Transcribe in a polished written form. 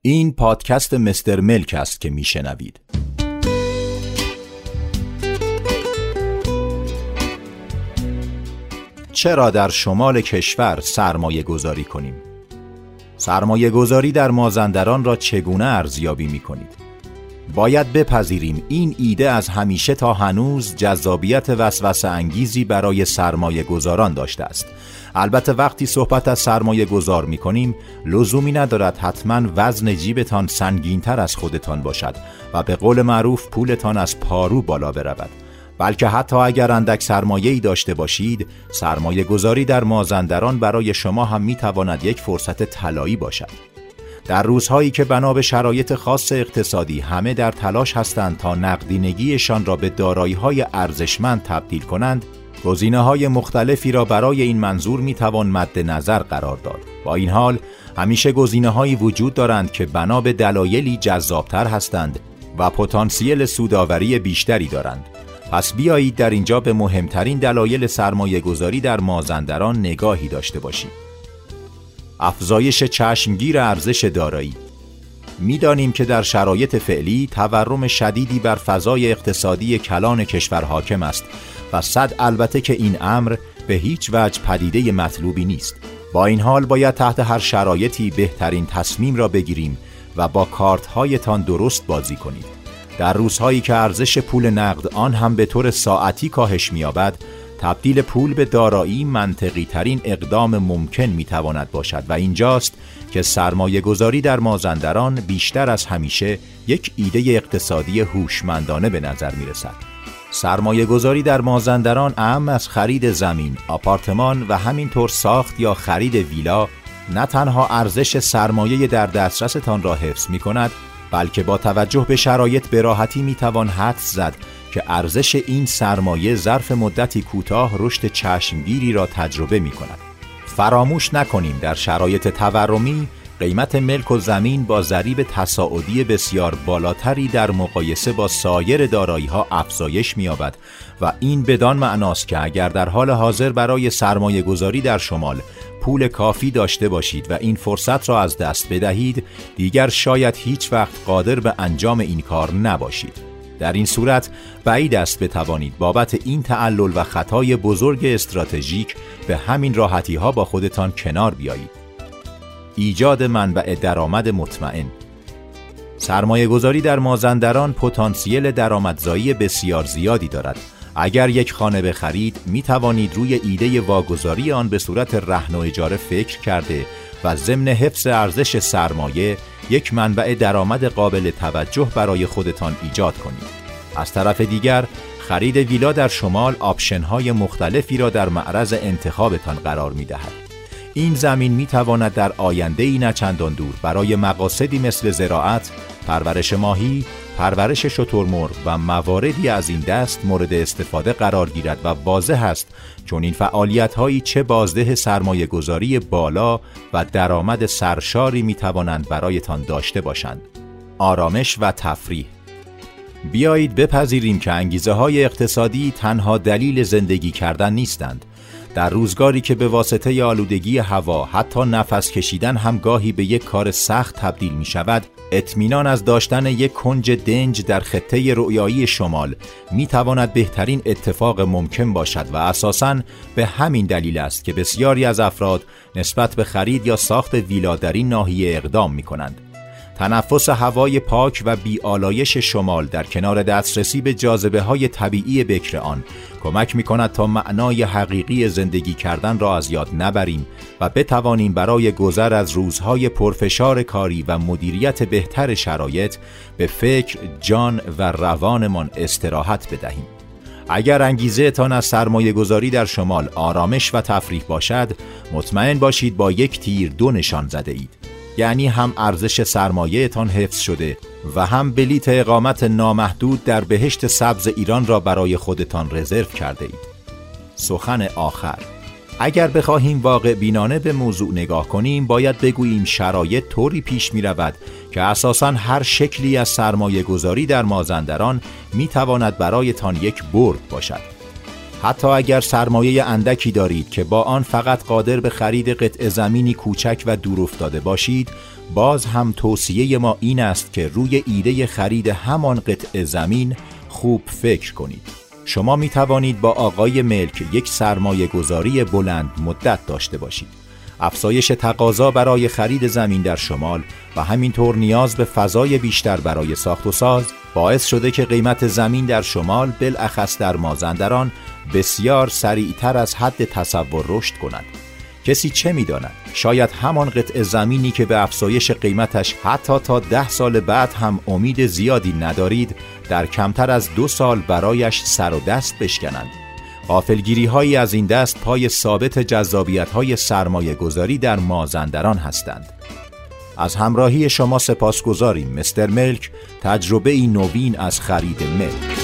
این پادکست مستر ملک است که میشنوید. چرا در شمال کشور سرمایه گذاری کنیم؟ سرمایه گذاری در مازندران را چگونه ارزیابی می کنید؟ باید بپذیریم این ایده از همیشه تا هنوز جذابیت وسوسه انگیزی برای سرمایه گذاران داشته است. البته وقتی صحبت از سرمایه گذار می کنیم لزومی ندارد حتما وزن جیبتان سنگین‌تر از خودتان باشد و به قول معروف پولتان از پارو بالا برود، بلکه حتی اگر اندک سرمایه‌ای داشته باشید، سرمایه گذاری در مازندران برای شما هم می تواند یک فرصت طلایی باشد. در روزهایی که بنا به شرایط خاص اقتصادی همه در تلاش هستند تا نقدینگیشان را به دارایی‌های ارزشمند تبدیل کنند، گزینه‌های مختلفی را برای این منظور می‌توان مد نظر قرار داد. با این حال همیشه گزینه‌هایی وجود دارند که بنا به دلایلی جذاب‌تر هستند و پتانسیل سودآوری بیشتری دارند. پس بیایید در اینجا به مهمترین دلایل سرمایه‌گذاری در مازندران نگاهی داشته باشیم. افزایش چشمگیر ارزش دارایی. می‌دانیم که در شرایط فعلی تورم شدیدی بر فضای اقتصادی کلان کشور حاکم است و صد البته که این امر به هیچ وجه پدیده مطلوبی نیست. با این حال باید تحت هر شرایطی بهترین تصمیم را بگیریم و با کارت‌هایتان درست بازی کنید. در روزهایی که ارزش پول نقد آن هم به طور ساعتی کاهش می‌یابد، تبدیل پول به دارایی منطقی ترین اقدام ممکن میتواند باشد و اینجاست که سرمایه گذاری در مازندران بیشتر از همیشه یک ایده اقتصادی هوشمندانه به نظر میرسد. سرمایه گذاری در مازندران اعم از خرید زمین، آپارتمان و همینطور ساخت یا خرید ویلا نه تنها ارزش سرمایه در دسترستان را حفظ می کند، بلکه با توجه به شرایط به راحتی می توان حدس زد که ارزش این سرمایه ظرف مدتی کوتاه رشد چشمگیری را تجربه می کند. فراموش نکنیم در شرایط تورمی قیمت ملک و زمین با ضریب تصاعدی بسیار بالاتری در مقایسه با سایر دارایی‌ها افزایش می‌یابد و این بدان معناست که اگر در حال حاضر برای سرمایه گذاری در شمال پول کافی داشته باشید و این فرصت را از دست بدهید، دیگر شاید هیچ وقت قادر به انجام این کار نباشید. در این صورت بعید است بتوانید بابت این تعلل و خطای بزرگ استراتژیک به همین راحتی‌ها با خودتان کنار بیایید. ایجاد منبع درآمد مطمئن. سرمایه گذاری در مازندران پتانسیل درآمدزایی بسیار زیادی دارد. اگر یک خانه بخرید می توانید روی ایده واگذاری آن به صورت رهن و اجاره فکر کرده و ضمن حفظ ارزش سرمایه یک منبع درآمد قابل توجه برای خودتان ایجاد کنید. از طرف دیگر خرید ویلا در شمال آپشن‌های مختلفی را در معرض انتخابتان قرار می دهد. این زمین می تواند در آینده‌ای نه چندان دور برای مقاصدی مثل زراعت، پرورش ماهی، پرورش شترمرغ و مواردی از این دست مورد استفاده قرار گیرد و واضح است چون این فعالیت‌هایی چه بازده سرمایه‌گذاری بالا و درآمد سرشاری می توانند برایتان داشته باشند. آرامش و تفریح. بیایید بپذیریم که انگیزه‌های اقتصادی تنها دلیل زندگی کردن نیستند. در روزگاری که به واسطه آلودگی هوا حتی نفس کشیدن هم گاهی به یک کار سخت تبدیل می شود، اطمینان از داشتن یک کنج دنج در خطه رؤیایی شمال می تواند بهترین اتفاق ممکن باشد و اساساً به همین دلیل است که بسیاری از افراد نسبت به خرید یا ساخت ویلا در این ناحیه اقدام می کنند. تنفس هوای پاک و بی‌آلایش شمال در کنار دسترسی به جاذبه‌های طبیعی بکر آن کمک می‌کند تا معنای حقیقی زندگی کردن را از یاد نبریم و بتوانیم برای گذر از روزهای پرفشار کاری و مدیریت بهتر شرایط به فکر، جان و روانمان استراحت بدهیم. اگر انگیزه‌تان از سرمایه‌گذاری در شمال آرامش و تفریح باشد، مطمئن باشید با یک تیر دو نشان زده اید. یعنی هم ارزش سرمایه‌تان حفظ شده و هم بلیط اقامت نامحدود در بهشت سبز ایران را برای خودتان رزرو کرده اید. سخن آخر. اگر بخواهیم واقع بینانه به موضوع نگاه کنیم، باید بگوییم شرایط طوری پیش می رود که اساساً هر شکلی از سرمایه گذاری در مازندران می تواند برایتان یک برد باشد. حتی اگر سرمایه اندکی دارید که با آن فقط قادر به خرید قطع زمینی کوچک و دورافتاده باشید، باز هم توصیه ما این است که روی ایده خرید همان قطع زمین خوب فکر کنید. شما می توانید با آقای ملک یک سرمایه گذاری بلند مدت داشته باشید. افزایش تقاضا برای خرید زمین در شمال و همینطور نیاز به فضای بیشتر برای ساخت و ساز باعث شده که قیمت زمین در شمال، بالاخص در مازندران، بسیار سریعتر از حد تصور رشد کند. کسی چه می‌داند؟ شاید همان قطع زمینی که به افزایش قیمتش حتی تا 10 سال بعد هم امید زیادی ندارید، در کمتر از 2 سال برایش سر و دست بشکنند. غافلگیری هایی از این دست پای ثابت جذابیت های سرمایه گذاری در مازندران هستند. از همراهی شما سپاسگزاریم مستر ملک، تجربه ای نوین از خرید ملک.